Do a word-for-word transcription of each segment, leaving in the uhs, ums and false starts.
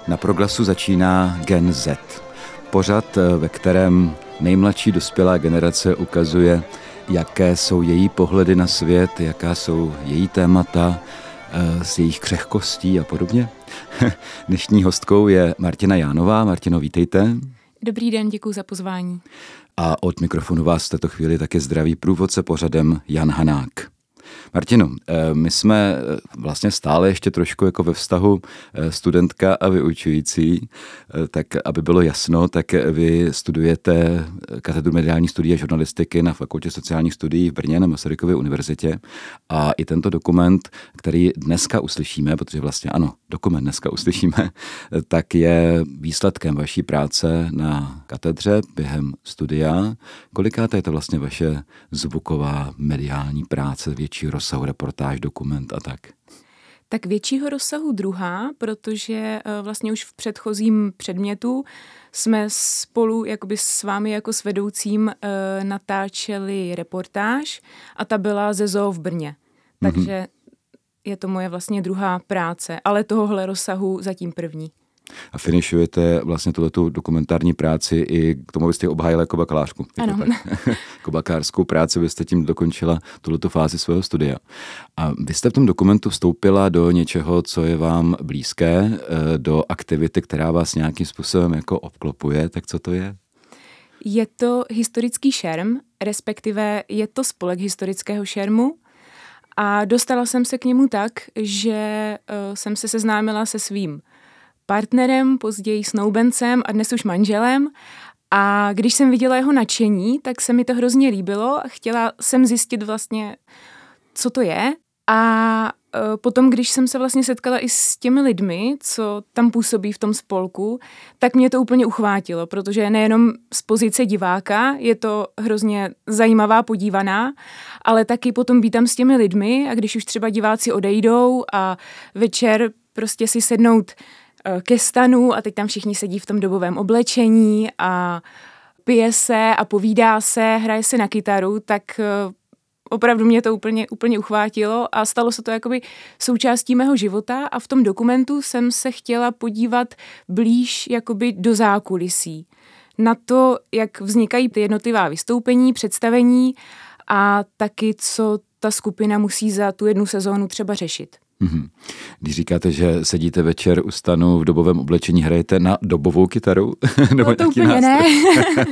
Na Proglasu začíná Gen Z. Pořad, ve kterém nejmladší dospělá generace ukazuje, jaké jsou její pohledy na svět, jaká jsou její témata, s jejich křehkostí a podobně. Dnešní hostkou je Martina Jánová. Martino, vítejte. Dobrý den, děkuji za pozvání. A od mikrofonu vás v této chvíli také zdraví průvodce pořadem Jan Hanák. Martino, my jsme vlastně stále ještě trošku jako ve vztahu studentka a vyučující, tak aby bylo jasno, tak vy studujete katedru mediálních studií a žurnalistiky na Fakultě sociálních studií v Brně na Masarykově univerzitě a i tento dokument, který dneska uslyšíme, protože vlastně ano, dokument dneska uslyšíme, tak je výsledkem vaší práce na katedře během studia. Kolikáta je to vlastně vaše zvuková mediální práce, větší rozsahu, reportáž, dokument a tak? Tak většího rozsahu druhá, protože vlastně už v předchozím předmětu jsme spolu jakoby s vámi jako s vedoucím natáčeli reportáž a ta byla ze zoo v Brně. Takže mm-hmm. je to moje vlastně druhá práce, ale tohohle rozsahu zatím první. A finišujete vlastně tuhletu dokumentární práci i k tomu, byste obhájila jako bakalářku. Ano. Jako bakalářskou práci byste tím dokončila tuhletu fázi svého studia. A vy jste v tom dokumentu vstoupila do něčeho, co je vám blízké, do aktivity, která vás nějakým způsobem jako obklopuje. Tak co to je? Je to historický šerm, respektive je to spolek historického šermu. A dostala jsem se k němu tak, že uh, jsem se seznámila se svým partnerem, později snoubencem a dnes už manželem. A když jsem viděla jeho nadšení, tak se mi to hrozně líbilo a chtěla jsem zjistit vlastně, co to je. A potom, když jsem se vlastně setkala i s těmi lidmi, co tam působí v tom spolku, tak mě to úplně uchvátilo, protože nejenom z pozice diváka je to hrozně zajímavá, podívaná, ale taky potom být tam s těmi lidmi a když už třeba diváci odejdou a večer prostě si sednout ke stanu a teď tam všichni sedí v tom dobovém oblečení a pije se a povídá se, hraje se na kytaru, tak opravdu mě to úplně, úplně uchvátilo a stalo se to jakoby součástí mého života a v tom dokumentu jsem se chtěla podívat blíž jakoby do zákulisí. Na to, jak vznikají ty jednotlivá vystoupení, představení a taky, co ta skupina musí za tu jednu sezónu třeba řešit. Mm-hmm. Když říkáte, že sedíte večer u stanu v dobovém oblečení, hrajete na dobovou kytaru? No to úplně nástroj? Ne.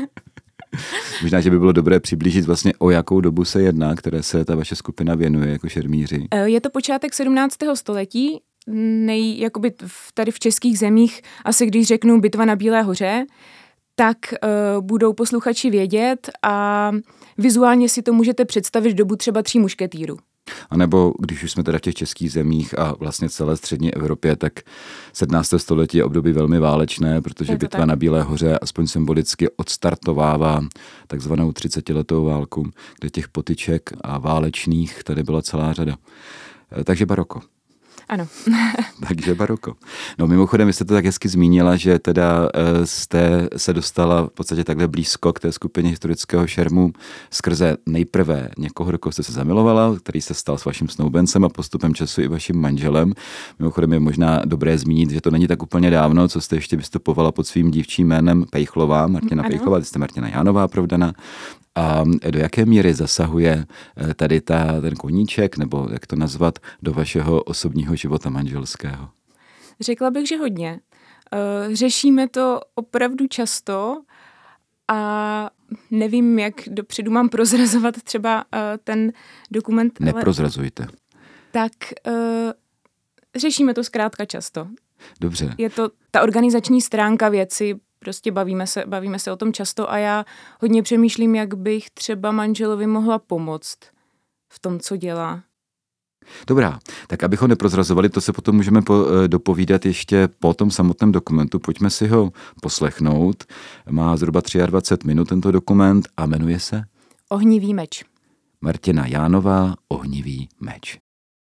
Možná, že by bylo dobré přiblížit vlastně, o jakou dobu se jedná, které se ta vaše skupina věnuje jako šermíři. Je to počátek sedmnáctého století, nej, jakoby tady v českých zemích, asi když řeknu Bitva na Bílé hoře, tak uh, budou posluchači vědět a vizuálně si to můžete představit dobu třeba Tří mušketýrů. A nebo když už jsme teda v těch českých zemích a vlastně celé střední Evropě, tak sedmnácté století je období velmi válečné, protože bitva tak na Bílé hoře aspoň symbolicky odstartovává takzvanou třicetiletou válku, kde těch potyček a válečných tady byla celá řada. Takže baroko. Ano. Takže baroko. No mimochodem, vy jste to tak hezky zmínila, že teda jste se dostala v podstatě takhle blízko k té skupině historického šermu skrze nejprve někoho, do koho jste se zamilovala, který se stal s vaším snoubencem a postupem času i vaším manželem. Mimochodem je možná dobré zmínit, že to není tak úplně dávno, co jste ještě vystupovala pod svým dívčím jménem Pejchlová, Martina ano. Pejchlová, ty jste Martina Jánová provdaná. A do jaké míry zasahuje tady ta, ten koníček, nebo jak to nazvat, do vašeho osobního života manželského? Řekla bych, že hodně. Řešíme to opravdu často a nevím, jak dopředu mám prozrazovat třeba ten dokument. Neprozrazujte. Ale... Tak řešíme to zkrátka často. Dobře. Je to ta organizační stránka věci. Prostě bavíme se, bavíme se o tom často a já hodně přemýšlím, jak bych třeba manželovi mohla pomoct v tom, co dělá. Dobrá, tak abychom neprozrazovali, to se potom můžeme po, dopovídat ještě po tom samotném dokumentu. Pojďme si ho poslechnout. Má zhruba dvacet tři minut tento dokument a jmenuje se Ohnivý meč. Martina Jánová, Ohnivý meč.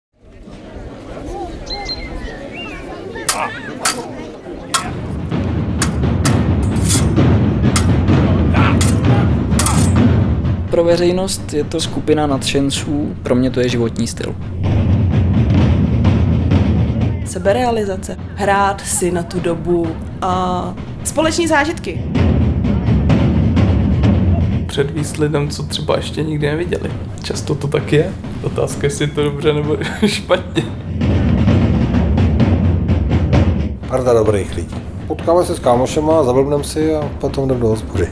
Pro veřejnost je to skupina nadšenců, pro mě to je životní styl. seberealizace, hrát si na tu dobu a společní zážitky. Předvíst lidem, co třeba ještě nikdy neviděli. Často to tak je. Otázka, jestli je to dobře nebo špatně. Parta dobrých lidí. Potkáme se s kámošema, zablbneme si a potom jdeme do hospody.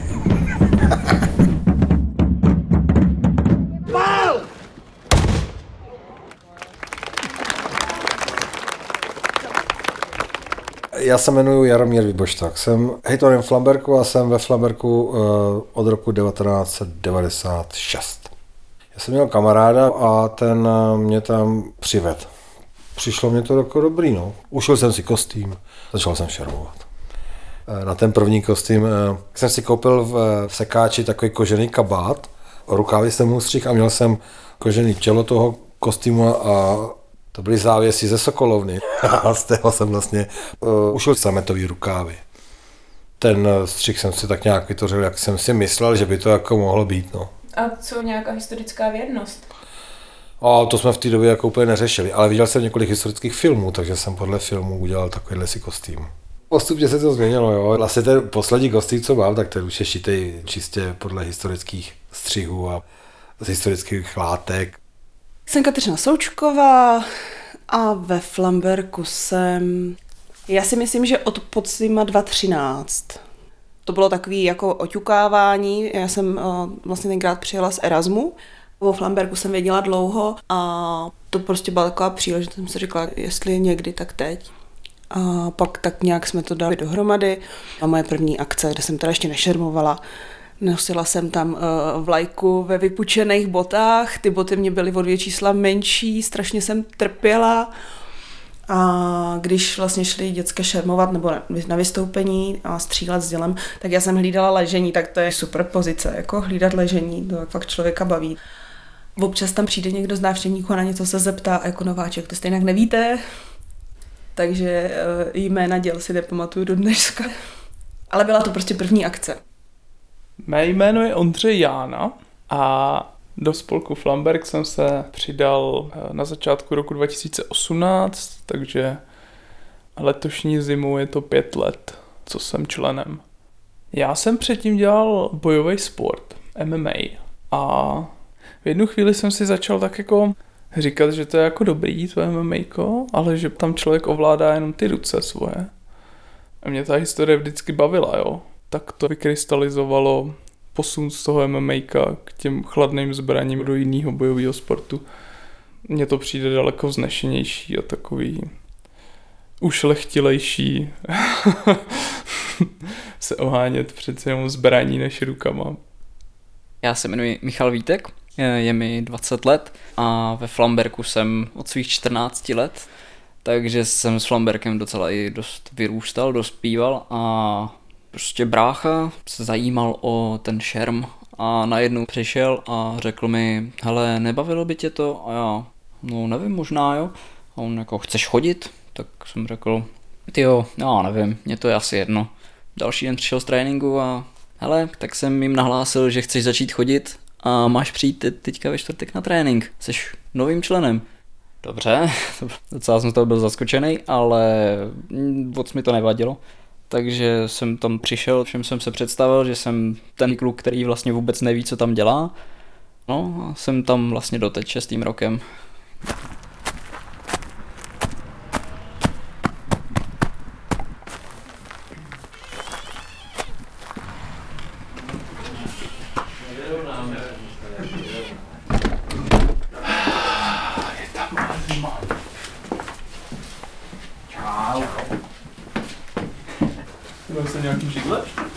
Já se jmenuji Jaromír Výbošták, jsem hejtmanem Flamberku a jsem ve Flamberku uh, od roku devatenáct set devadesát šest. Já jsem měl kamaráda a ten uh, mě tam přivedl. Přišlo mě to jako dobrý, no. Ušil jsem si kostým, začal jsem šermovat. Uh, na ten první kostým uh, jsem si koupil v, v sekáči takový kožený kabát, rukávy jsem mu střih a měl jsem kožený čelo toho kostýmu a to byly závěsy ze sokolovny a z toho jsem vlastně uh, ušil sametový rukávy. Ten střih jsem si tak nějak vytvořil, jak jsem si myslel, že by to jako mohlo být. No. A co nějaká historická věrnost? A to jsme v té době jako úplně neřešili, ale viděl jsem několik historických filmů, takže jsem podle filmů udělal takovýhle si kostým. Postupně se to změnilo, jo. Vlastně ten poslední kostým, co mám, tak ten už je šitej čistě podle historických střihů a z historických látek. Jsem Kateřina Součková a ve Flamberku jsem, já si myslím, že od podzima dva tisíce třináct. To bylo takový jako oťukávání, já jsem uh, vlastně tenkrát přijela z Erasmu. O Flamberku jsem věděla dlouho a to prostě byla taková příležitost, jsem si řekla, jestli někdy, tak teď. A pak tak nějak jsme to dali dohromady. A moje první akce, kde jsem teda ještě nešermovala, nosila jsem tam uh, vlajku ve vypučených botách, ty boty mě byly o dvě čísla menší, strašně jsem trpěla. A když vlastně šli děcka šermovat nebo na vystoupení a střílet s dělem, tak já jsem hlídala ležení, tak to je super pozice, jako hlídat ležení, to fakt člověka baví. Občas tam přijde někdo z návštěvníků a na něco se zeptá a jako nováček, to stejně nevíte, takže uh, jména děl si nepamatuju do dneška. Ale byla to prostě první akce. Mé jméno je Ondřej Jána a do spolku Flamberk jsem se přidal na začátku roku dva tisíce osmnáct, takže letošní zimu je to pět let, co jsem členem. Já jsem předtím dělal bojový sport, M M A, a v jednu chvíli jsem si začal tak jako říkat, že to je jako dobrý, to M M A ko, ale že tam člověk ovládá jenom ty ruce svoje. A mě ta historie vždycky bavila, jo. Tak to vykrystalizovalo posun z toho M M A ka k těm chladným zbraním do jiného bojového sportu. Mně to přijde daleko vznešenější a takový ušlechtilejší se ohánět přece jenom zbraní než rukama. Já se jmenuji Michal Vítek, je mi dvacet let a ve Flamberku jsem od svých čtrnácti let, takže jsem s Flamberkem docela i dost vyrůstal, dospíval a prostě brácha se zajímal o ten šerm a najednou přišel a řekl mi, hele, nebavilo by tě to? A já, no nevím, možná jo. A on jako, chceš chodit? Tak jsem řekl, tyjo, já nevím, mě to je asi jedno. Další den přišel z tréninku a hele, tak jsem jim nahlásil, že chceš začít chodit a máš přijít teďka ve čtvrtek na trénink. Jsi novým členem. Dobře, docela jsem z toho byl zaskočený, ale moc mi to nevadilo. Takže jsem tam přišel, všem jsem se představil, že jsem ten kluk, který vlastně vůbec neví, co tam dělá. No a jsem tam vlastně doteď šestým rokem. Byl jsi nějaký židle?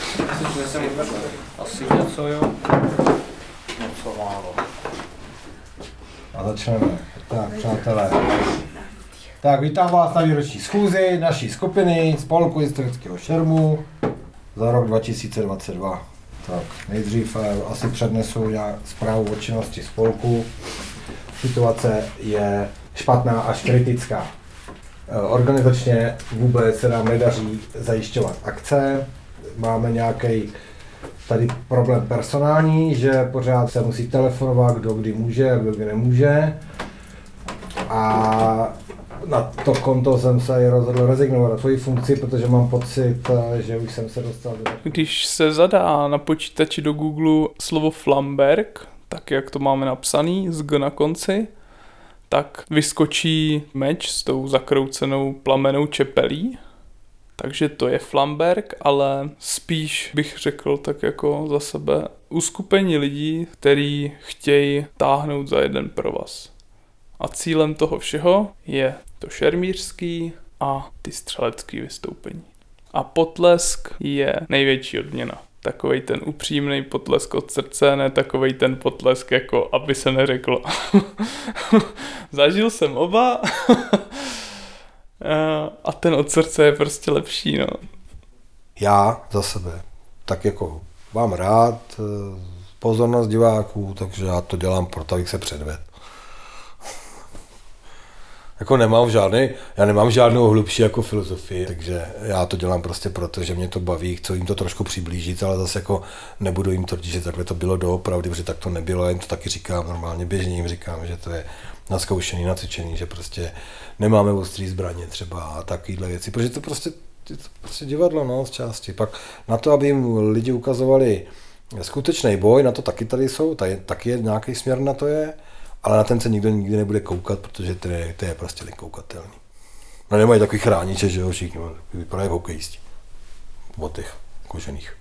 Asi něco, jo. Něco málo. A začneme. Tak, přátelé. Tak, vítám vás na výroční schůzi naší skupiny Spolku historického šermu za rok dva tisíce dvacet dva. Tak, nejdřív asi přednesu já zprávu o činnosti spolku. Situace je špatná až kritická. Organizačně vůbec se nám nedaří zajišťovat akce. Máme nějaký tady problém personální, že pořád se musí telefonovat, kdo kdy může a kdo kdy nemůže. A na to konto jsem se i rozhodl rezignovat na tvoji funkci, protože mám pocit, že už jsem se dostal do... Když se zadá na počítači do Google slovo Flamberk, tak jak to máme napsaný, s G na konci, tak vyskočí meč s tou zakroucenou plamenou čepelí. Takže to je Flamberk, ale spíš bych řekl tak jako za sebe uskupení lidí, který chtějí táhnout za jeden provaz. A cílem toho všeho je to šermířský a ty střelecký vystoupení. A potlesk je největší odměna. Takovej ten upřímný potlesk od srdce, ne takovej ten potlesk jako, aby se neřeklo. Zažil jsem oba a ten od srdce je prostě lepší. No. Já za sebe tak jako mám rád pozornost diváků, takže já to dělám proto, abych se předvedl. Jako nemám žádný, já nemám žádnou hlubší jako filozofii, takže já to dělám prostě proto, že mě to baví, chci jim to trošku přiblížit, ale zase jako nebudu jim tvrdit, že takhle to bylo doopravdy, protože tak to nebylo, já jim to taky říkám normálně, běžně jim říkám, že to je naskoušený, nacvičený, že prostě nemáme ostrý zbraně třeba a takovýhle věci, protože to prostě, je to prostě divadlo, no, z části. Pak na to, aby jim lidi ukazovali skutečný boj, na to taky tady jsou, tady taky je nějaký směr na to je, ale na ten se nikdo nikdy nebude koukat, protože to je, to je prostě nekoukatelný. No nemají takový chrániče, že jo, všichni vypadají hokejisti. Od těch kožených.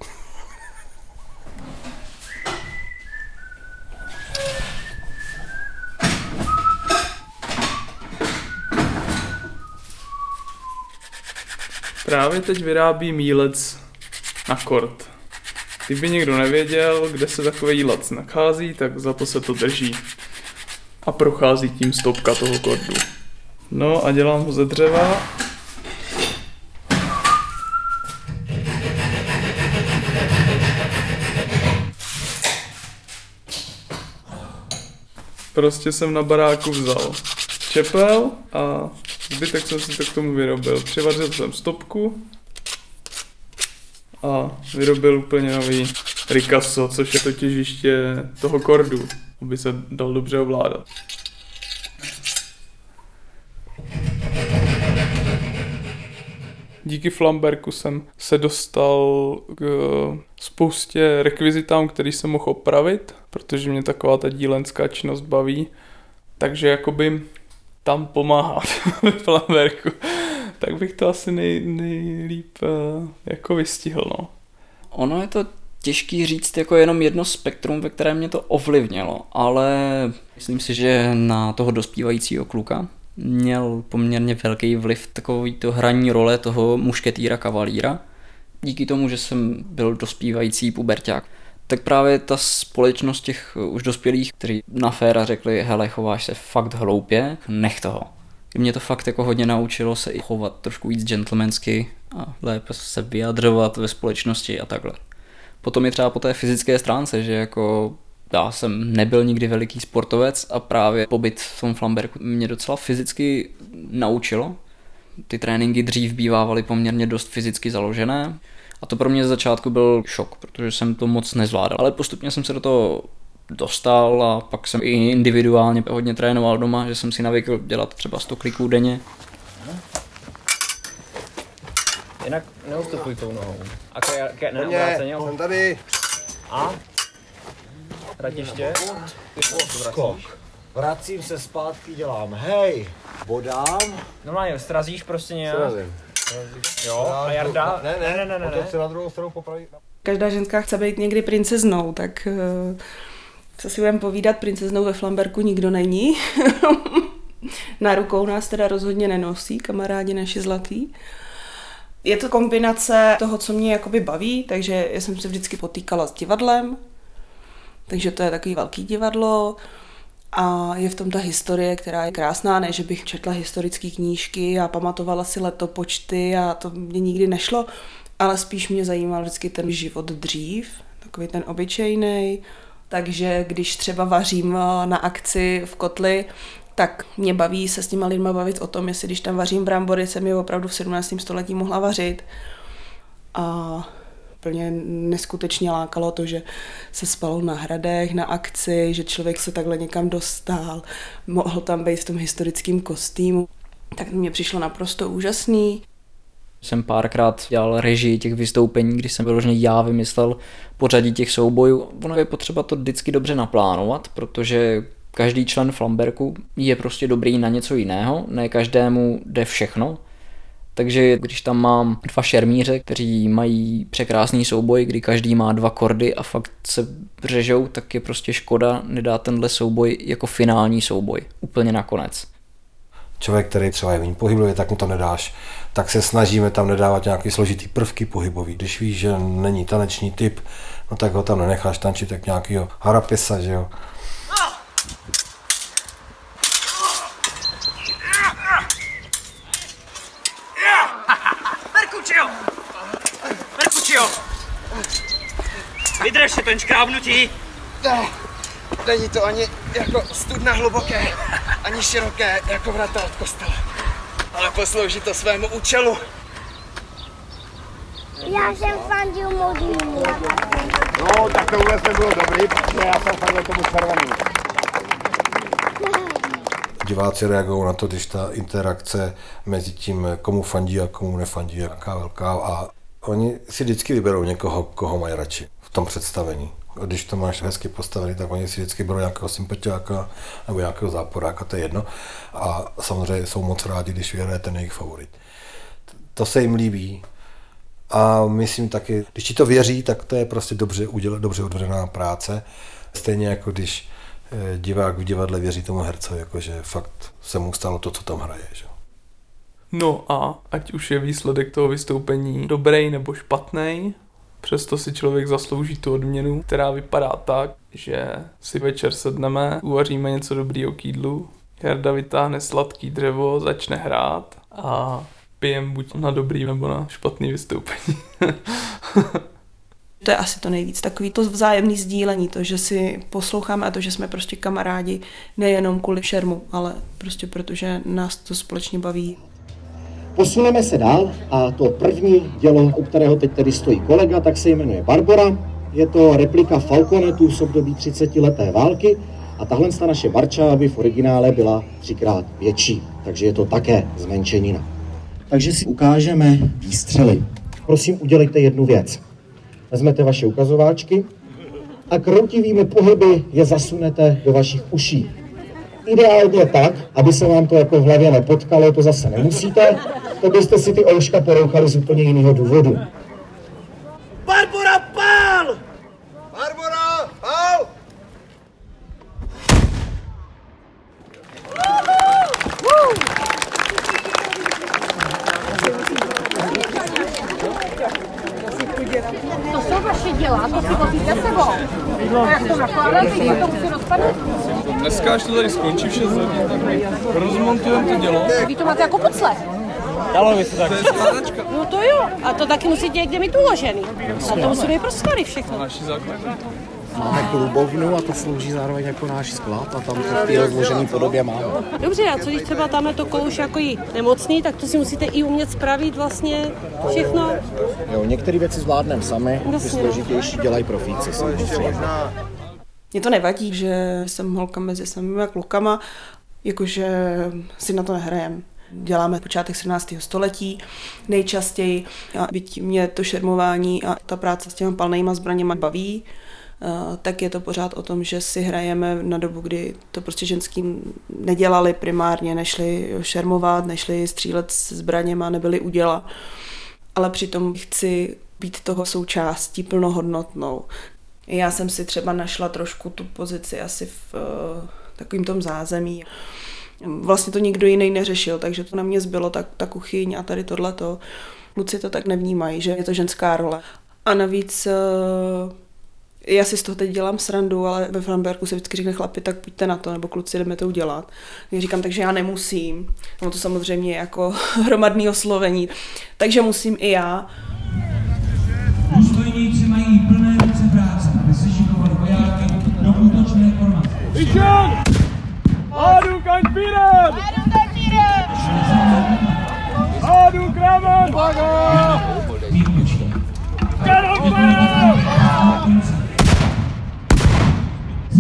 Právě teď vyrábí mílec na kort. Kdyby někdo nevěděl, kde se takový jílec nachází, tak za to se to drží. A prochází tím stopka toho kordu. No a dělám ho ze dřeva. Prostě jsem na baráku vzal čepel a zbytek jsem si to k tomu vyrobil. Přivařil jsem stopku a vyrobil úplně nový ricasso, což je to těžiště toho kordu, aby se dal dobře ovládat. Díky Flamberku jsem se dostal k spoustě rekvizitám, který jsem mohl opravit, protože mě taková ta dílenská činnost baví. Takže jakoby tam pomáhat ve Flamberku. Tak bych to asi nej, nejlíp jako vystihl, no. Ono je to těžký říct jako jenom jedno spektrum, ve kterém mě to ovlivnilo, ale myslím si, že na toho dospívajícího kluka měl poměrně velký vliv takový to hraní role toho mušketýra kavalíra. Díky tomu, že jsem byl dospívající puberťák, tak právě ta společnost těch už dospělých, kteří na féra řekli, hele, chováš se fakt hloupě, nech toho. Mě to fakt jako hodně naučilo se i chovat trošku víc gentlemansky a lépe se vyjadřovat ve společnosti a takhle. Potom je třeba po té fyzické stránce, že jako já jsem nebyl nikdy veliký sportovec a právě pobyt v tom Flamberku mě docela fyzicky naučilo. Ty tréninky dřív bývávaly poměrně dost fyzicky založené a to pro mě z začátku byl šok, protože jsem to moc nezvládal. Ale postupně jsem se do toho dostal a pak jsem i individuálně hodně trénoval doma, že jsem si navykl dělat třeba sto kliků denně. Jinak neustupuj tou nohou. A ke, ke, neobráceně. Jsem tady. A? Ratiště. Skok. Vracím se zpátky, dělám hej, bodám. Normálně strazíš prostě nějak. Srazím. Jo, a Jarda? Ne, ne, ne, ne, ne, ne. se na druhou stranu popraví. Každá ženská chce být někdy princeznou, tak uh, co si budeme povídat, princeznou ve Flamberku nikdo není. Na rukou nás teda rozhodně nenosí, kamarádi naši zlatý. Je to kombinace toho, co mě jakoby baví, takže já jsem se vždycky potýkala s divadlem, takže to je takový velký divadlo a je v tom ta historie, která je krásná, ne, že bych četla historické knížky a pamatovala si letopočty a to mě nikdy nešlo, ale spíš mě zajímal vždycky ten život dřív, takový ten obyčejnej, takže když třeba vařím na akci v kotli, tak mě baví se s těma lidma bavit o tom, jestli když tam vařím brambory, jsem je opravdu v sedmnáctém století mohla vařit. A úplně neskutečně lákalo to, že se spalo na hradech, na akci, že člověk se takhle někam dostal, mohl tam být v tom historickém kostýmu. tak mě přišlo naprosto úžasný. Jsem párkrát dělal režii těch vystoupení, kdy jsem vyloženě já vymyslel pořadí těch soubojů. Ono je potřeba to vždycky dobře naplánovat, protože každý člen Flamberku je prostě dobrý na něco jiného, ne každému jde všechno. Takže když tam mám dva šermíře, kteří mají překrásný souboj, kdy každý má dva kordy a fakt se řežou, tak je prostě škoda nedát tenhle souboj jako finální souboj, úplně nakonec. Člověk, který třeba je méně pohybový, tak mu to nedáš. Tak se snažíme tam nedávat nějaký složitý prvky pohybový. Když víš, že není taneční typ, no tak ho tam nenecháš tančit jak nějakýho harapisa, že jo. Merkučio! Merkučio! Vydrž se ten škrábnutí! Ne, není to ani jako studna hluboké, ani široké jako vrata od kostela. Ale poslouží to svému účelu. Já jsem fandil modlímu. No, tak to vůbec nebylo dobrý, protože já jsem fandil tomu červenému. Diváci reagují na to, když ta interakce mezi tím, komu fandí a komu nefandí, je jaká velká. A oni si vždycky vyberou někoho, koho mají radši v tom představení. A když to máš hezky postavený, tak oni si vždycky berou nějakého sympatiáka nebo nějakého záporáka, to je jedno. A samozřejmě jsou moc rádi, když vyhraje ten jejich favorit. To se jim líbí. A myslím taky, když ti to věří, tak to je prostě dobře, udělat, dobře odvedená práce. Stejně jako když divák v divadle věří tomu hercovi, jakože fakt se mu stalo to, co tam hraje. Že? No a ať už je výsledek toho vystoupení dobrý nebo špatný, přesto si člověk zaslouží tu odměnu, která vypadá tak, že si večer sedneme, uvaříme něco dobrýho k jídlu, Jarda vytáhne sladký dřevo, začne hrát a pijem buď na dobrý nebo na špatný vystoupení. To je asi to nejvíc, takový to vzájemný sdílení, to, že si posloucháme a to, že jsme prostě kamarádi, nejenom kvůli šermu, ale prostě protože nás to společně baví. Posuneme se dál a to první dělo, u kterého teď tedy stojí kolega, tak se jmenuje Barbora. Je to replika Falconetů z období třicetileté války a tahle naše Varča by v originále byla třikrát větší, takže je to také zmenšenina. Takže si ukážeme výstřely. Prosím, udělejte jednu věc. Vezmete vaše ukazováčky a kroutivými pohyby je zasunete do vašich uší. Ideálně tak, aby se vám to jako v hlavě nepotkalo, to zase nemusíte, to byste si ty ouška porouchali z úplně jiného důvodu. Barbora, pál! Barbora, pál! To jsou vaše děla, to si vozíte sebou. A jak to nakládáte, jak to musí rozpadnout? Dneska, až to tady skončí v šest hodin, tak rozmontujeme to dělo. Vy to máte jako pucle. Dalo by se tak. To je skládačka. No to jo, a to taky musíte někde mít uložený. A to musí být prostory všechno. Naši základní. Máme klubovnu a to slouží zároveň jako náš sklad a tam to v té rozložené podobě máme. Dobře, a co když třeba tam je to kouš jako i nemocný, tak to si musíte i umět spravit vlastně všechno. Jo, některé věci zvládneme sami, ty složitější dělají profíci samozřejmě. Mně to nevadí, že jsem holka mezi samými klukama, jakože si na to nehrajem. Děláme počátek sedmnáctého století nejčastěji a byť mě to šermování a ta práce s těma palnejma zbraněma baví, tak je to pořád o tom, že si hrajeme na dobu, kdy to prostě ženským nedělali primárně, nešli šermovat, nešli střílet s zbraněma, nebyli u děla. Ale přitom chci být toho součástí plnohodnotnou. Já jsem si třeba našla trošku tu pozici asi v uh, takovým tom zázemí. Vlastně to nikdo jiný neřešil, takže to na mě zbylo tak, ta kuchyň a tady tohleto. Kluci to tak nevnímají, že je to ženská role. A navíc uh, já si z toho teď dělám srandu, ale ve Flamberku se vždycky řekne chlapi, tak pojďte na to, nebo kluci, jdeme to udělat. Já říkám, takže já nemusím. No to samozřejmě je jako hromadný oslovení. Takže musím i já. Důstojníci mají plné ruce práce, aby se šikovali vojáky do útočné formace. Vyšel! Adu Kaňpírem! Adu Kaňpírem! Adu Kramen! Baga!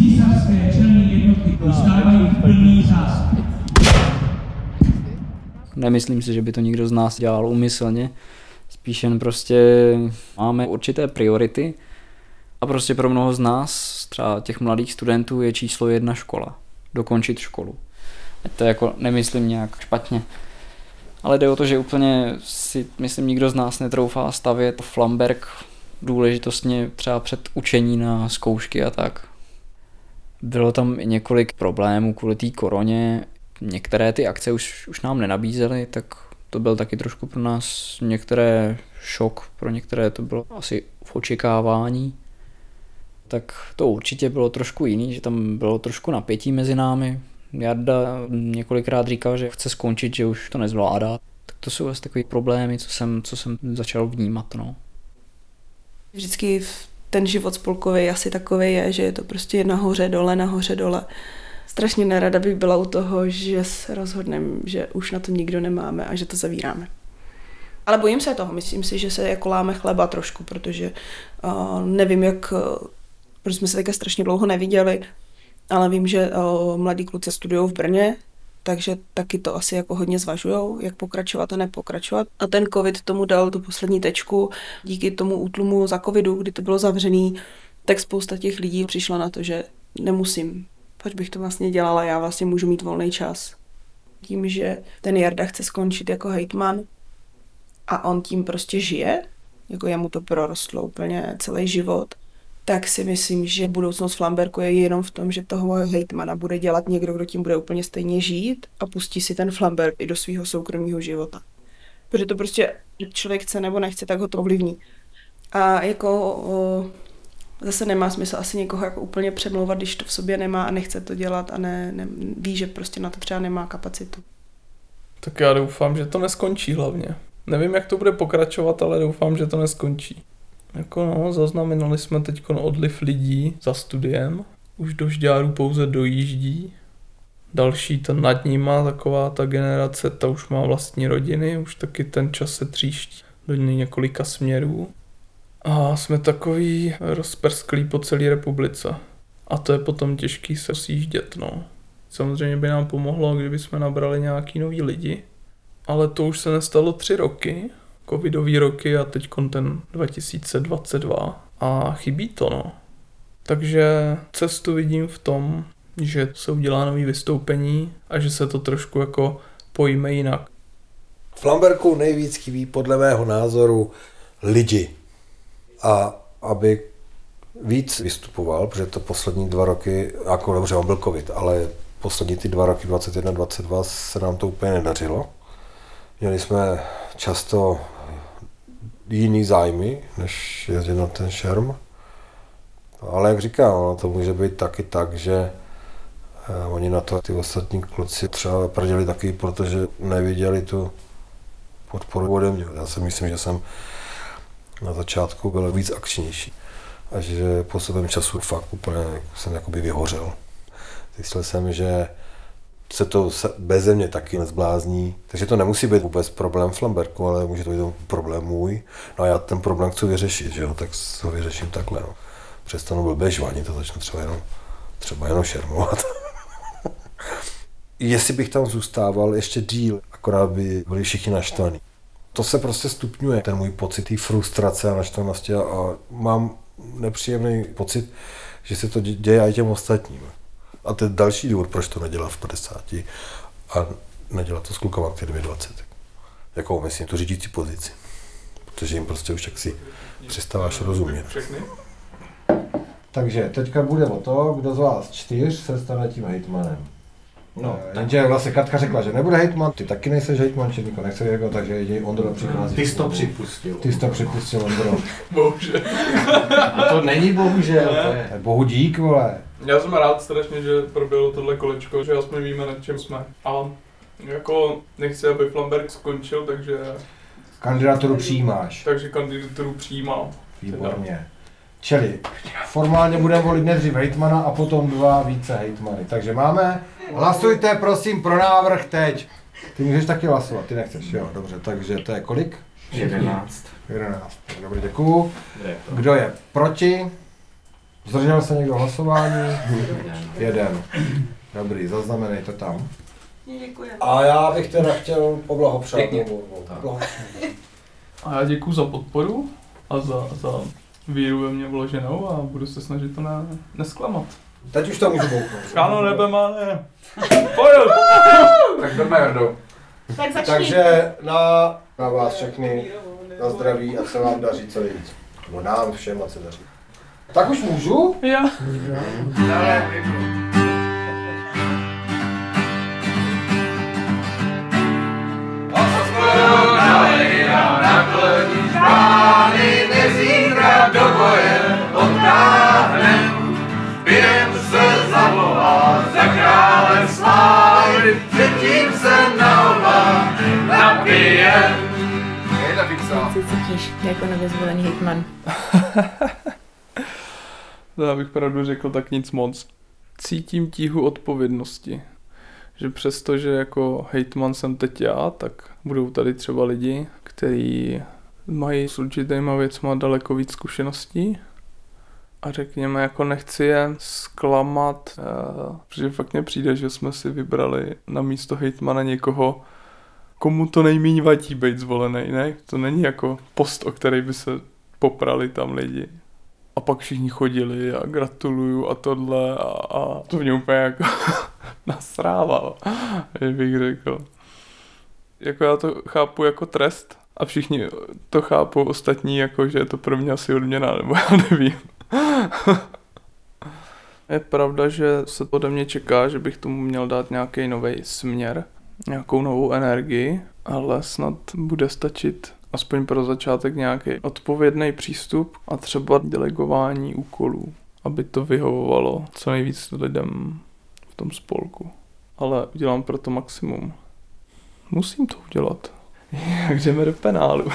Císařské čelní jednotky dostávají plný zásah. Nemyslím si, že by to nikdo z nás dělal úmyslně. Spíš jen prostě máme určité priority a prostě pro mnoho z nás, třeba těch mladých studentů, je číslo jedna škola. Dokončit školu. To jako nemyslím nějak špatně. Ale jde o to, že úplně si, myslím, nikdo z nás netroufá stavět Flamberk důležitostně třeba před učení na zkoušky a tak. Bylo tam i několik problémů kvůli té koroně. Některé ty akce už, už nám nenabízely, tak to byl taky trošku pro nás některé šok, pro některé to bylo asi v očekávání. Tak to určitě bylo trošku jiný, že tam bylo trošku napětí mezi námi. Jarda několikrát říkal, že chce skončit, že už to nezvládá. Tak to jsou asi takové problémy, co jsem, co jsem začal vnímat. No. Vždycky ten život spolkový asi takový je, že je to prostě nahoře dole, nahoře dole. Strašně nerada bych byla u toho, že se rozhodneme, že už na to nikdo nemáme a že to zavíráme. Ale bojím se toho, myslím si, že se jako láme chleba trošku, protože uh, nevím, jak, uh, protože jsme se také strašně dlouho neviděli, ale vím, že uh, mladí kluci studují v Brně, takže taky to asi jako hodně zvažujou, jak pokračovat a nepokračovat. A ten covid tomu dal tu poslední tečku. Díky tomu útlumu za covidu, kdy to bylo zavřený, tak spousta těch lidí přišla na to, že nemusím. Proč bych to vlastně dělala, já vlastně můžu mít volný čas. Tím, že ten Jarda chce skončit jako hejtman a on tím prostě žije, jako jemu to prorostlo úplně celý život, tak si myslím, že budoucnost Flamberku je jenom v tom, že toho hejtmana bude dělat někdo, kdo tím bude úplně stejně žít a pustí si ten Flamberk i do svého soukromého života. Protože to prostě člověk chce nebo nechce, tak ho to ovlivní. A jako o, zase nemá smysl asi někoho jako úplně přemlouvat, když to v sobě nemá a nechce to dělat a ne, ne, ví, že prostě na to třeba nemá kapacitu. Tak já doufám, že to neskončí hlavně. Nevím, jak to bude pokračovat, ale doufám, že to neskončí. Jako no, zaznamenali jsme teď odliv lidí za studiem. Už do Žďáru pouze dojíždí. Další to nad nima, taková ta generace, ta už má vlastní rodiny, už taky ten čas se tříští do několika směrů. A jsme takový rozprsklí po celé republice. A to je potom těžký se sjíždět, no. Samozřejmě by nám pomohlo, kdyby jsme nabrali nějaký nový lidi. Ale to už se nestalo tři roky. Covidový roky a teď ten dva tisíce dvacet dva a chybí to, no. Takže cestu vidím v tom, že se udělá nový vystoupení a že se to trošku jako pojme jinak. Flamberku nejvíc chybí podle mého názoru lidi. A aby víc vystupoval, protože to poslední dva roky, jako dobře, on byl covid, ale poslední ty dva roky dvacet jedna dvacet dva se nám to úplně nedařilo. Měli jsme často jiný zájmy, než jezdit na ten šerm. Ale jak říkám, ono to může být taky tak, že eh, oni na to ty ostatní kluci třeba prděli taky, protože neviděli tu podporu ode mě. Já si myslím, že jsem na začátku byl víc akčnější a že postupem času fakt úplně jsem jakoby vyhořel. Zjistil jsem, že se to beze mě taky nezblázní, takže to nemusí být vůbec problém Flamberku, ale může to být problém můj. No a já ten problém chci vyřešit, že jo, tak ho vyřeším takhle. No. Přestanu blbě žvaní, to začnu třeba jenom, třeba jenom šermovat. Jestli bych tam zůstával ještě díl, akorát by byli všichni naštvaní. To se prostě stupňuje, ten můj pocit té frustrace a naštvanosti a, a mám nepříjemný pocit, že se to děje i těm ostatním. A to je další důvod, proč to nedělá v padesáti a nedělá to s klukama, který je dvacet. Jako myslím tu řídící pozici. Protože jim prostě už jaksi přestáváš rozumět. Takže teďka bude o to, kdo z vás čtyř se stane tím hejtmanem. No, jenže vlastně Katka řekla, že nebude hejtman, ty taky nejseš hejtman, či Niko nechce jako, takže jedi Ondro přichází. Ty jsi to připustil. Ty jsi to připustil, Ondro. Bohužel. A to není bohužel, to je bohu dík, vole. Já jsem rád strašně, že proběhlo tohle kolečko, že aspoň víme, na čem jsme. A jako nechci, aby Flamberk skončil, takže... Kandidaturu přijímáš. Takže kandidaturu přijímám. Výborně. Čili formálně budeme volit nejdřív hejtmana a potom dva více hejtmany. Takže máme, hlasujte prosím pro návrh teď. Ty můžeš taky hlasovat, ty nechceš, jo, dobře, takže to je kolik? jedenáct. jedenáct, dobře, děkuju. Kdo je proti? Zdržel se někdo hlasování? Jeden. Dobrý, zaznamenej to tam. A já bych teda chtěl poblahopřát. A já děkuju za podporu a za, za víru ve mě vloženou a budu se snažit to ne, nesklamat. Teď už to můžu bouknout. Ano, nebe má ne. Pojď! Tak jdeme, Jardo. Tak začni. Takže na, na vás všechny, na zdraví a se vám daří co nejvíc. Nebo nám všem a se daří. Tak už můžu? Jo. Zítra do boje odtáhnem, během se zavolá za králem slávy, předtím se na oba napijem. Jak se cítíš jako nově zvolený hejtman? To já bych pravdu řekl tak nic moc. Cítím tíhu odpovědnosti. Že přesto, že jako hejtman jsem teď já, tak budou tady třeba lidi, kteří mají s určitýma věcma daleko víc zkušeností a řekněme, jako nechci je zklamat, uh, protože fakt mně přijde, že jsme si vybrali na místo hejtmana někoho, komu to nejméně vadí být zvolený, ne? To není jako post, o který by se poprali tam lidi. A pak všichni chodili a gratuluju a tohle a, a to mě úplně jako nasrávalo, bych řekl. Jako já to chápu jako trest a všichni to chápou ostatní, jako že je to pro mě asi odměna, nebo já nevím. Je pravda, že se ode mě čeká, že bych tomu měl dát nějaký nový směr, nějakou novou energii, ale snad bude stačit aspoň pro začátek nějaký odpovědný přístup a třeba delegování úkolů, aby to vyhovovalo co nejvíc lidem v tom spolku. Ale udělám pro to maximum. Musím to udělat. Jak jdeme do penálu.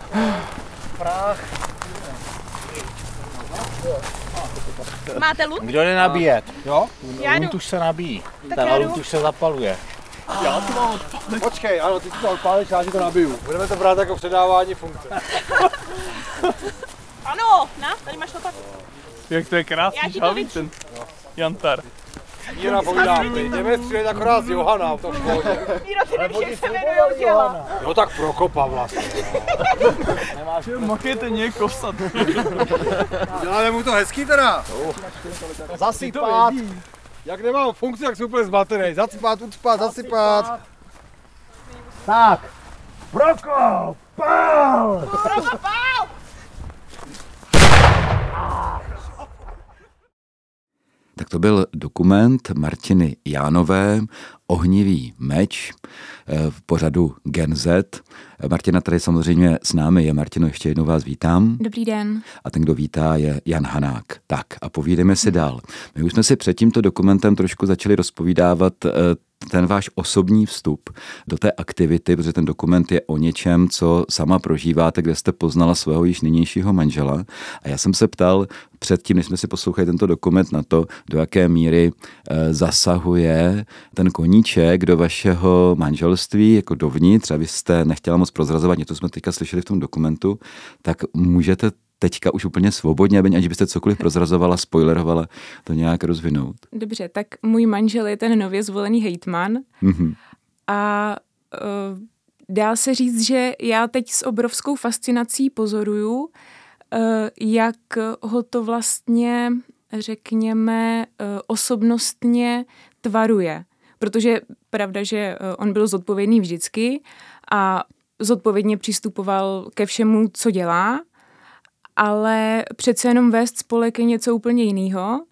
Máte luk? Kdo jde nabíjet? Jo? Já jdu. Lunt už se nabíjí. Tak Ten já jdu. lunt už se zapaluje. Já to mám odpálit. Počkej, ano, ty si to odpálíš, já ti to nabiju. Budeme to brát jako předávání funkce. Ano, na, tady máš lopat. Jak to je krásný žalví ten jantar. Míra povídá, jdeme střílet akorát z Johana v tom školě. Míro, ty nevíš, jak se jmenujou děla. No tak Prokopa vlastně. Makejte někoho vsad. Děláme mu to hezký teda. Zasypat. Jak nemám funkci, jak jsem úplně zmatený. Zasypat, ucpat, zasypat. Tak. Prokop, pál! Prokop, pál! Tak to byl dokument Martiny Jánové, Ohnivý meč v pořadu Gen Z. Martina tady samozřejmě s námi je. Martino, ještě jednou vás vítám. Dobrý den. A ten, kdo vítá, je Jan Hanák. Tak a povídeme si dál. My už jsme si před tímto dokumentem trošku začali rozpovídávat ten váš osobní vstup do té aktivity, protože ten dokument je o něčem, co sama prožíváte, kde jste poznala svého již nynějšího manžela. A já jsem se ptal předtím, než jsme si poslouchali tento dokument, na to, do jaké míry e, zasahuje ten koníček do vašeho manželství, jako dovnitř, a vy jste nechtěla moc prozrazovat, něco jsme teďka slyšeli v tom dokumentu, tak můžete teďka už úplně svobodně, aniž byste cokoliv prozrazovala, spoilerovala, to nějak rozvinout. Dobře, tak můj manžel je ten nově zvolený hejtman mm-hmm. a uh, dá se říct, že já teď s obrovskou fascinací pozoruju, uh, jak ho to vlastně, řekněme, uh, osobnostně tvaruje. Protože pravda, že uh, on byl zodpovědný vždycky a zodpovědně přistupoval ke všemu, co dělá, ale přece jenom vést spolek je něco úplně jiného.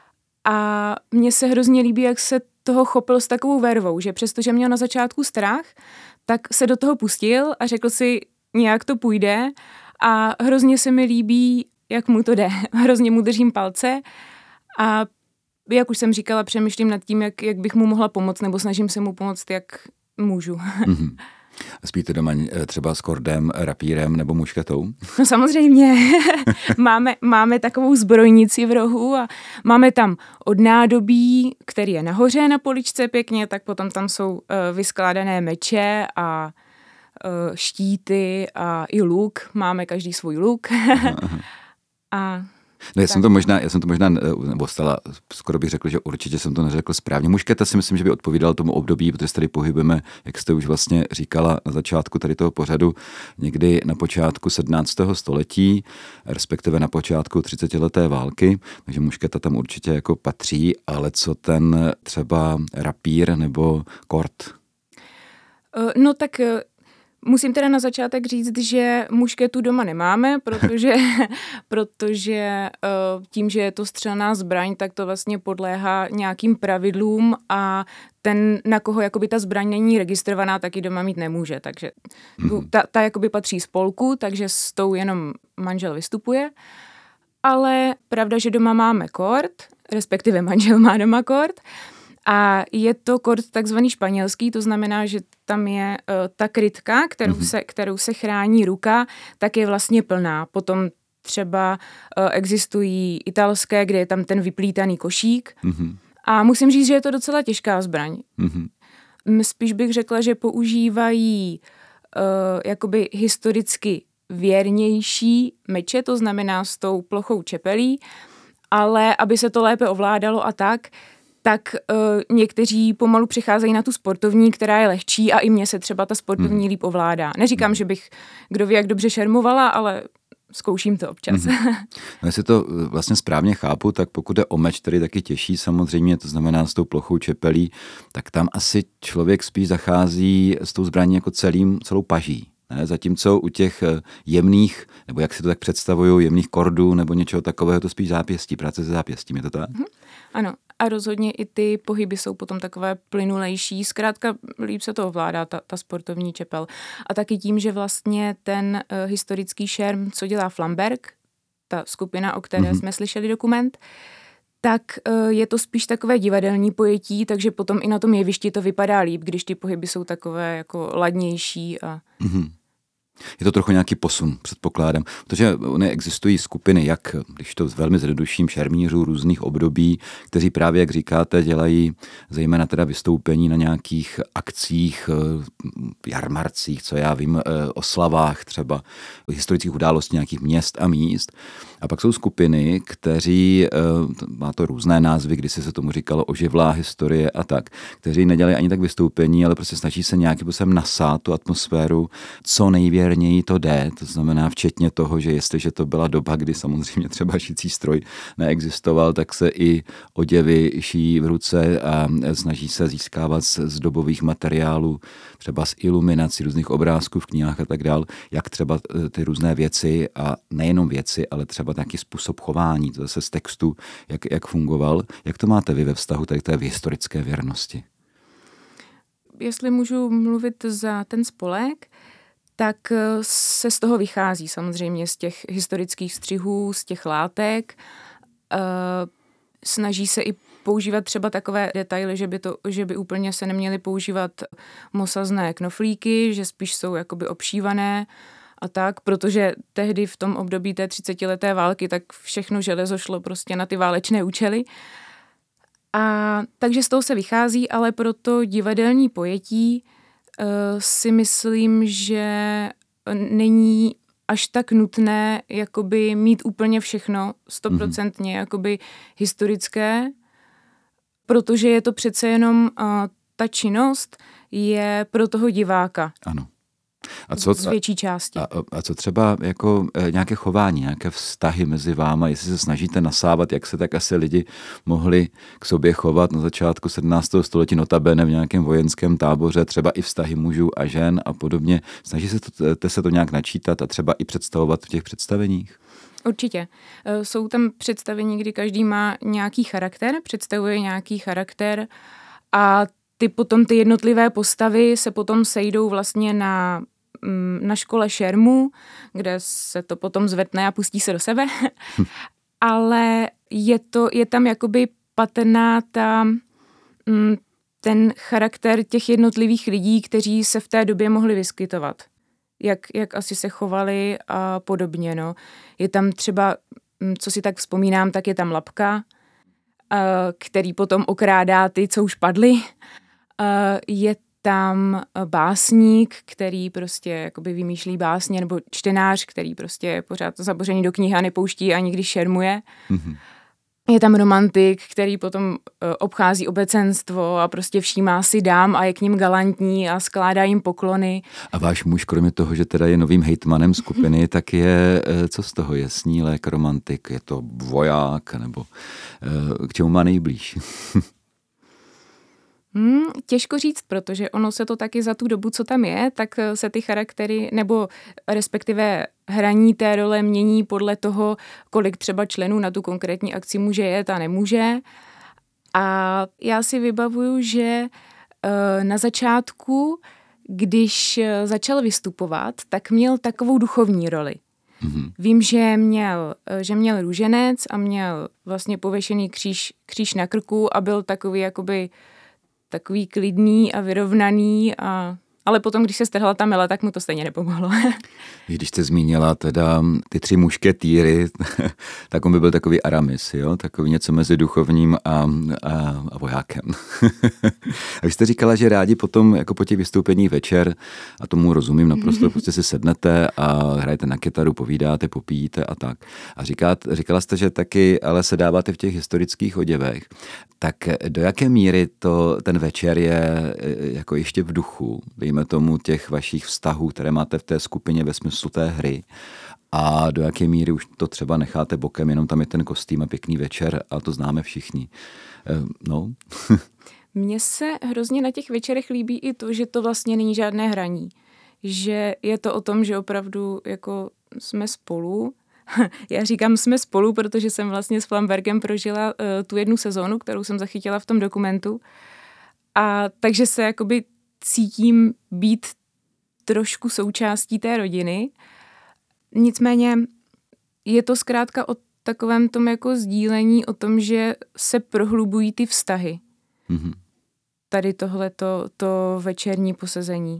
A mně se hrozně líbí, jak se toho chopil s takovou vervou, že přestože měl na začátku strach, tak se do toho pustil a řekl si, nějak to půjde a hrozně se mi líbí, jak mu to jde. Hrozně mu držím palce a jak už jsem říkala, přemýšlím nad tím, jak, jak bych mu mohla pomoct, nebo snažím se mu pomoct, jak můžu. Mm-hmm. Spíte doma třeba s kordem, rapírem nebo muškatou? No samozřejmě. máme, máme takovou zbrojnici v rohu a máme tam od nádobí, který je nahoře na poličce pěkně, tak potom tam jsou uh, vyskládané meče a uh, štíty a i luk. Máme každý svůj luk. a No já jsem to možná, já jsem to možná, nebo stala, skoro bych řekl, že určitě jsem to neřekl správně. Mušketa si myslím, že by odpovídal tomu období, protože se tady pohybujeme, jak jste už vlastně říkala na začátku tady toho pořadu, někdy na počátku sedmnáctého století, respektive na počátku třicetileté války, takže mušketa tam určitě jako patří, ale co ten třeba rapír nebo kort? No tak musím teda na začátek říct, že mušketu doma nemáme, protože, protože tím, že je to střelná zbraň, tak to vlastně podléhá nějakým pravidlům a ten, na koho jakoby ta zbraň není registrovaná, tak ji doma mít nemůže. Takže mm. ta, ta jakoby patří spolku, takže s tou jenom manžel vystupuje. Ale pravda, že doma máme kort, respektive manžel má doma kort, a je to kort takzvaný španělský, to znamená, že tam je uh, ta krytka, kterou, mm-hmm. se, kterou se chrání ruka, tak je vlastně plná. Potom třeba uh, existují italské, kde je tam ten vyplítaný košík. Mm-hmm. A musím říct, že je to docela těžká zbraň. Mm-hmm. Spíš bych řekla, že používají uh, jakoby historicky věrnější meče, to znamená s tou plochou čepelí, ale aby se to lépe ovládalo a tak, tak uh, někteří pomalu přicházejí na tu sportovní, která je lehčí a i mně se třeba ta sportovní hmm. líp ovládá. Neříkám, že bych kdo ví, jak dobře šermovala, ale zkouším to občas. Mm-hmm. No, jestli to vlastně správně chápu, tak pokud je o meč, který taky těžší samozřejmě, to znamená s tou plochou čepelí, tak tam asi člověk spíš zachází s tou zbraní jako celým, celou paží. Ne? Zatímco u těch jemných, nebo jak si to tak představují, jemných kordů nebo něčeho takového, to spíš zápěstí, práce se zápěstím, je to tak? Mm-hmm. Ano, a rozhodně i ty pohyby jsou potom takové plynulejší, zkrátka líp se to ovládá, ta, ta sportovní čepel. A taky tím, že vlastně ten uh, historický šerm, co dělá Flamberg, ta skupina, o které mm-hmm. jsme slyšeli dokument, tak uh, je to spíš takové divadelní pojetí, takže potom i na tom jevišti to vypadá líp, když ty pohyby jsou takové jako ladnější a... Mm-hmm. Je to trochu nějaký posun, předpokládám, protože ony existují skupiny, jak, když to velmi zjednoduším, šermířů různých období, kteří právě, jak říkáte, dělají zejména teda vystoupení na nějakých akcích, jarmarcích, co já vím, oslavách třeba, historických událostí nějakých měst a míst. A pak jsou skupiny, kteří, má to různé názvy, kdysi se tomu říkalo oživlá historie a tak, kteří nedělají ani tak vystoupení, ale prostě snaží se nějakým způsobem nasát tu atmosféru, co nejvěrněji to jde, to znamená včetně toho, že jestliže to byla doba, kdy samozřejmě třeba šicí stroj neexistoval, tak se i oděvy šijí v ruce a snaží se získávat z dobových materiálů, třeba z iluminací různých obrázků v knihách a tak dál, jak třeba ty různé věci a nejenom věci, ale třeba nějaký způsob chování, to zase z textu, jak, jak fungoval. Jak to máte vy ve vztahu tady té historické věrnosti? Jestli můžu mluvit za ten spolek, tak se z toho vychází samozřejmě z těch historických střihů, z těch látek. Snaží se i používat třeba takové detaily, že by, to, že by úplně se neměly používat mosazné knoflíky, že spíš jsou jakoby obšívané a tak, protože tehdy v tom období té třicetileté války tak všechno železo šlo prostě na ty válečné účely. A takže z toho se vychází, ale pro to divadelní pojetí uh, si myslím, že není až tak nutné jakoby mít úplně všechno stoprocentně mm-hmm. jakoby historické, protože je to přece jenom uh, ta činnost je pro toho diváka. Ano. A co, z větší části. A, a co třeba jako e, nějaké chování, nějaké vztahy mezi váma, jestli se snažíte nasávat, jak se tak asi lidi mohli k sobě chovat na začátku sedmnáctého století, notabene v nějakém vojenském táboře, třeba i vztahy mužů a žen a podobně. Snaží se to, se to nějak načítat a třeba i představovat v těch představeních? Určitě. Jsou tam představení, kdy každý má nějaký charakter, představuje nějaký charakter a ty potom ty jednotlivé postavy se potom sejdou vlastně na, na škole šermu, kde se to potom zvetne a pustí se do sebe. Ale je, to, je tam jakoby patrná ta, ten charakter těch jednotlivých lidí, kteří se v té době mohli vyskytovat. Jak, jak asi se chovali a podobně. No. Je tam třeba, co si tak vzpomínám, tak je tam Lapka, který potom okrádá ty, co už padli. Je tam básník, který prostě jakoby vymýšlí básně, nebo čtenář, který prostě je pořád zabořený do knihy a nepouští ani když šermuje. Mm-hmm. Je tam romantik, který potom obchází obecenstvo a prostě všímá si dám a je k ním galantní a skládá jim poklony. A váš muž, kromě toho, že teda je novým hejtmanem skupiny, tak je, co z toho je? Snílek, romantik, je to voják, nebo k čemu má nejblíž? Hmm, těžko říct, protože ono se to taky za tu dobu, co tam je, tak se ty charaktery, nebo respektive hraní té role mění podle toho, kolik třeba členů na tu konkrétní akci může jet a nemůže. A já si vybavuju, že na začátku, když začal vystupovat, tak měl takovou duchovní roli. Mm-hmm. Vím, že měl, že měl růženec a měl vlastně pověšený kříž, kříž na krku a byl takový jakoby takový klidný a vyrovnaný, a, ale potom, když se strhla ta mela, tak mu to stejně nepomohlo. Když jste zmínila teda ty tři mušketýry, tak on by byl takový Aramis, jo? Takový něco mezi duchovním a, a, a vojákem. A vy jste říkala, že rádi potom jako po těch vystoupení večer, a tomu rozumím naprosto, prostě si sednete a hrajete na kytaru, povídáte, popíjíte a tak. A říkat, říkala jste, že taky ale se dáváte v těch historických oděvech. Tak do jaké míry to ten večer je jako ještě v duchu, dejme tomu těch vašich vztahů, které máte v té skupině ve smyslu té hry, a do jaké míry už to třeba necháte bokem, jenom tam je ten kostým a pěkný večer a to známe všichni. No. Mně se hrozně na těch večerech líbí i to, že to vlastně není žádné hraní. Že je to o tom, že opravdu jako jsme spolu. Já říkám jsme spolu, protože jsem vlastně s Flamberkem prožila uh, tu jednu sezónu, kterou jsem zachytila v tom dokumentu. A takže se jakoby cítím být trošku součástí té rodiny. Nicméně je to zkrátka o takovém tom jako sdílení, o tom, že se prohlubují ty vztahy. Mm-hmm. Tady tohleto, to večerní posezení.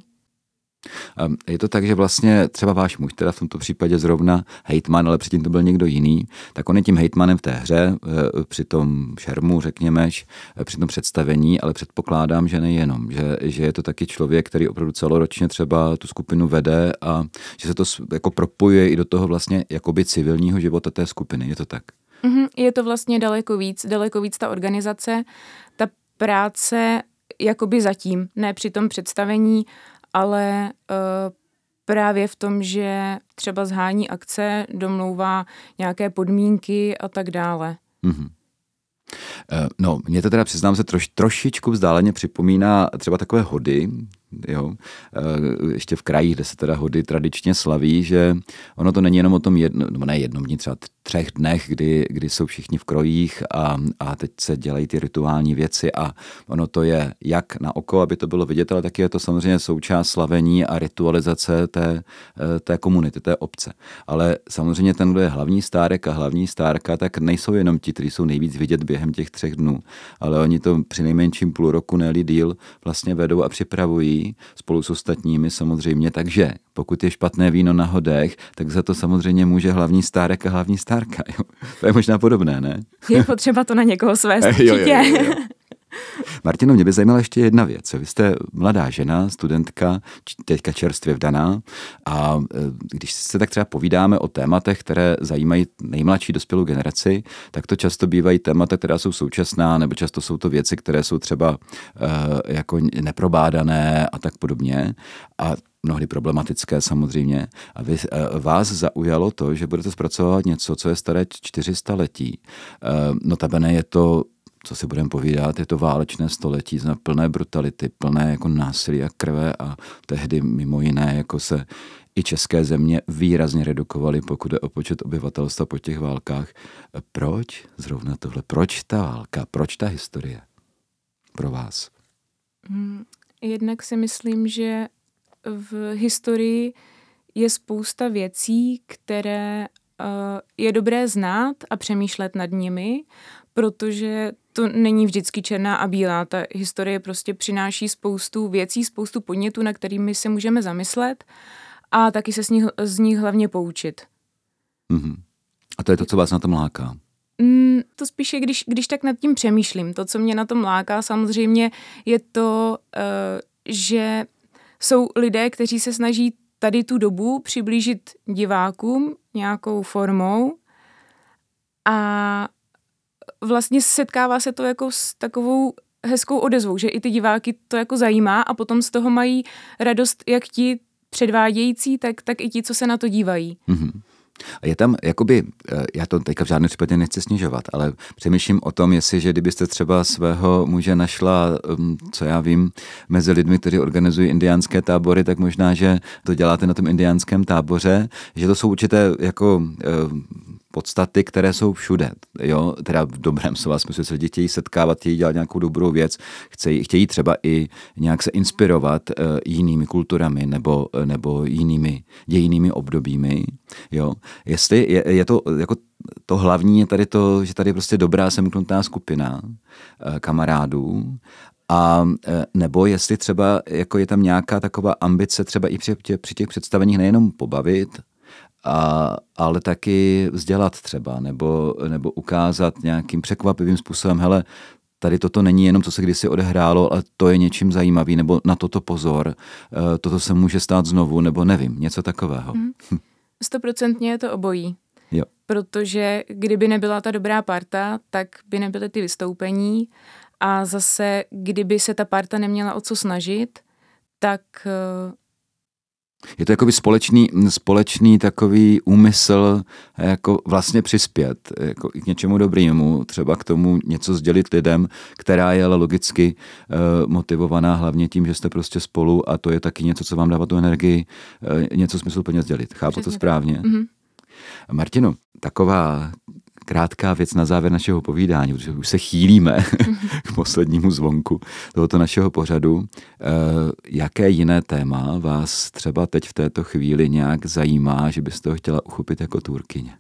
Je to tak, že vlastně třeba váš muž, teda v tomto případě zrovna hejtman, ale předtím to byl někdo jiný, tak on je tím hejtmanem v té hře, při tom šermu, řekněme, při tom představení, ale předpokládám, že nejenom, že, že je to taky člověk, který opravdu celoročně třeba tu skupinu vede a že se to jako propojuje i do toho vlastně jakoby civilního života té skupiny, je to tak? Mm-hmm, je to vlastně daleko víc, daleko víc ta organizace, ta práce jakoby zatím, ne při tom představení, ale uh, právě v tom, že třeba zhání akce, domlouvá nějaké podmínky a tak dále. Mm-hmm. No, mě to teda, přiznám se, troš, trošičku vzdáleně připomíná třeba takové hody, jo, ještě v krajích, kde se teda hody tradičně slaví, že ono to není jenom o tom jedno, nebo ne jednom dní, třeba třech dnech, kdy, kdy jsou všichni v krojích a, a teď se dělají ty rituální věci a ono to je jak na oko, aby to bylo vidět, ale taky je to samozřejmě součást slavení a ritualizace té, té komunity, té obce. Ale samozřejmě ten, kdo je hlavní stárek a hlavní stárka, tak nejsou jenom ti, kteří jsou nejvíc vidět během těch třech dnů, ale oni to při nejmenším půl roku, ne-li díl, vlastně vedou a připravují spolu s ostatními samozřejmě, takže pokud je špatné víno na hodech, tak za to samozřejmě může hlavní stárek a hlavní stárka. Jo. To je možná podobné, ne? Je potřeba to na někoho svést určitě. Jo, jo, jo, jo. Martino, mě by zajímala ještě jedna věc. Vy jste mladá žena, studentka, teďka čerstvě vdaná a když se tak třeba povídáme o tématech, které zajímají nejmladší dospělou generaci, tak to často bývají témata, která jsou současná, nebo často jsou to věci, které jsou třeba uh, jako neprobádané a tak podobně. A mnohdy problematické samozřejmě. A vy, vás zaujalo to, že budete zpracovat něco, co je staré čtyři sta letí. Uh, notabene je to, co si budeme povídat, je to válečné století, plné brutality, plné jako násilí a krve a tehdy mimo jiné jako se i české země výrazně redukovaly, pokud je o počet obyvatelstva po těch válkách. Proč zrovna tohle? Proč ta válka? Proč ta historie pro vás? Jednak si myslím, že v historii je spousta věcí, které je dobré znát a přemýšlet nad nimi, protože to není vždycky černá a bílá. Ta historie prostě přináší spoustu věcí, spoustu podnětů, na kterými se můžeme zamyslet a taky se z nich, z nich hlavně poučit. Mm-hmm. A to je to, co vás na tom láká? Mm, to spíše, když, když tak nad tím přemýšlím. To, co mě na tom láká, samozřejmě je to, uh, že jsou lidé, kteří se snaží tady tu dobu přiblížit divákům nějakou formou a vlastně setkává se to jako s takovou hezkou odezvou, že i ty diváky to jako zajímá a potom z toho mají radost jak ti předvádějící, tak, tak i ti, co se na to dívají. Mm-hmm. Je tam, jakoby, já to teďka v žádném případě nechci snižovat, ale přemýšlím o tom, jestli, že kdybyste třeba svého muže našla, co já vím, mezi lidmi, kteří organizují indiánské tábory, tak možná, že to děláte na tom indiánském táboře, že to jsou určité jako podstaty, které jsou všude, jo, teda v dobrém slova smyslu, se lidi chtějí setkávat, chtějí dělat nějakou dobrou věc, chtějí, chtějí třeba i nějak se inspirovat uh, jinými kulturami nebo, nebo jinými dějinými obdobími, jo. Jestli je, je to jako to hlavní je tady to, že tady je prostě dobrá semknutá skupina uh, kamarádů, a nebo jestli třeba jako je tam nějaká taková ambice třeba i při, tě, při těch představeních nejenom pobavit, A, ale taky vzdělat třeba, nebo, nebo ukázat nějakým překvapivým způsobem, hele, tady toto není jenom, co se kdysi odehrálo, ale to je něčím zajímavý, nebo na toto pozor, toto se může stát znovu, nebo nevím, něco takového. Stoprocentně je to obojí. Jo. Protože kdyby nebyla ta dobrá parta, tak by nebyly ty vystoupení a zase, kdyby se ta parta neměla o co snažit, tak... Je to jakoby společný, společný takový úmysl jako vlastně přispět jako k něčemu dobrému, třeba k tomu něco sdělit lidem, která je ale logicky uh, motivovaná hlavně tím, že jste prostě spolu a to je taky něco, co vám dává tu energii, uh, něco smysluplně sdělit. Chápu Přesně to správně? Mm-hmm. Martino, taková krátká věc na závěr našeho povídání, protože už se chýlíme k poslednímu zvonku tohoto našeho pořadu. E, jaké jiné téma vás třeba teď v této chvíli nějak zajímá, že byste ho chtěla uchopit jako tvůrkyně?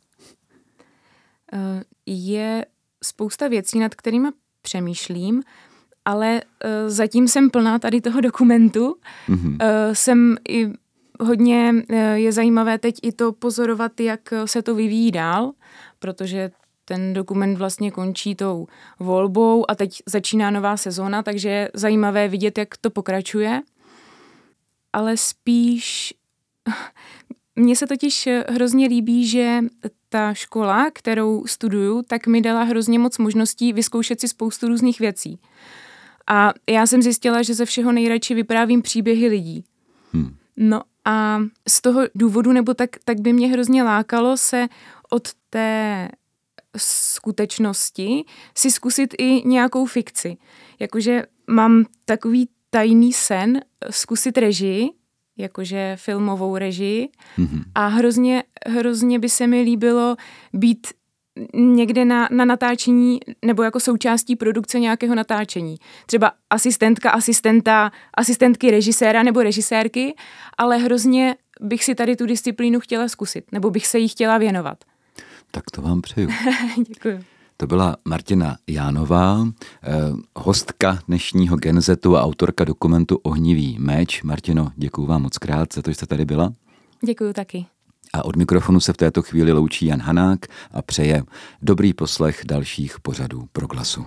Je spousta věcí, nad kterými přemýšlím, ale zatím jsem plná tady toho dokumentu. Mm-hmm. Jsem i hodně je zajímavé teď i to pozorovat, jak se to vyvíjí dál, protože ten dokument vlastně končí tou volbou a teď začíná nová sezóna, takže je zajímavé vidět, jak to pokračuje. Ale spíš... Mně se totiž hrozně líbí, že ta škola, kterou studuju, tak mi dala hrozně moc možností vyzkoušet si spoustu různých věcí. A já jsem zjistila, že ze všeho nejradši vyprávím příběhy lidí. Hmm. No a z toho důvodu, nebo tak, tak by mě hrozně lákalo se od té skutečnosti si zkusit i nějakou fikci. Jakože mám takový tajný sen zkusit režii, jakože filmovou režii mm-hmm. a hrozně, hrozně by se mi líbilo být někde na, na natáčení nebo jako součástí produkce nějakého natáčení. Třeba asistentka, asistenta, asistentky režiséra nebo režisérky, ale hrozně bych si tady tu disciplínu chtěla zkusit, nebo bych se jí chtěla věnovat. Tak to vám přeju. Děkuji. To byla Martina Jánová, eh, hostka dnešního Genzetu a autorka dokumentu Ohnivý meč. Martino, děkuji vám moc krát za to, že jste tady byla. Děkuji taky. A od mikrofonu se v této chvíli loučí Jan Hanák a přeje dobrý poslech dalších pořadů Proglasu.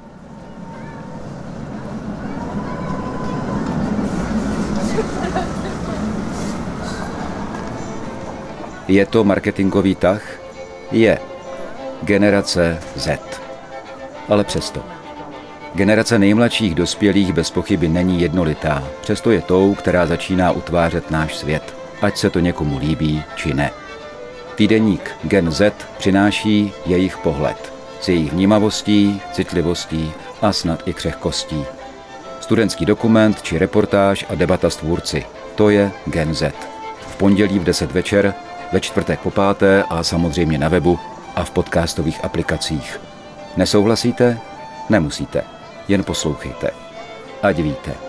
Je to marketingový tah? Je. Generace Z. Ale přesto. Generace nejmladších dospělých bez pochyby není jednolitá, přesto je tou, která začíná utvářet náš svět, ať se to někomu líbí, či ne. Týdeník Gen Z přináší jejich pohled, s jejich vnímavostí, citlivostí a snad i křehkostí. Studentský dokument či reportáž a debata s tvůrci, to je Gen Z. V pondělí v deset večer, ve čtvrtek po páté a samozřejmě na webu a v podcastových aplikacích. Nesouhlasíte? Nemusíte. Jen poslouchejte. Ať víte.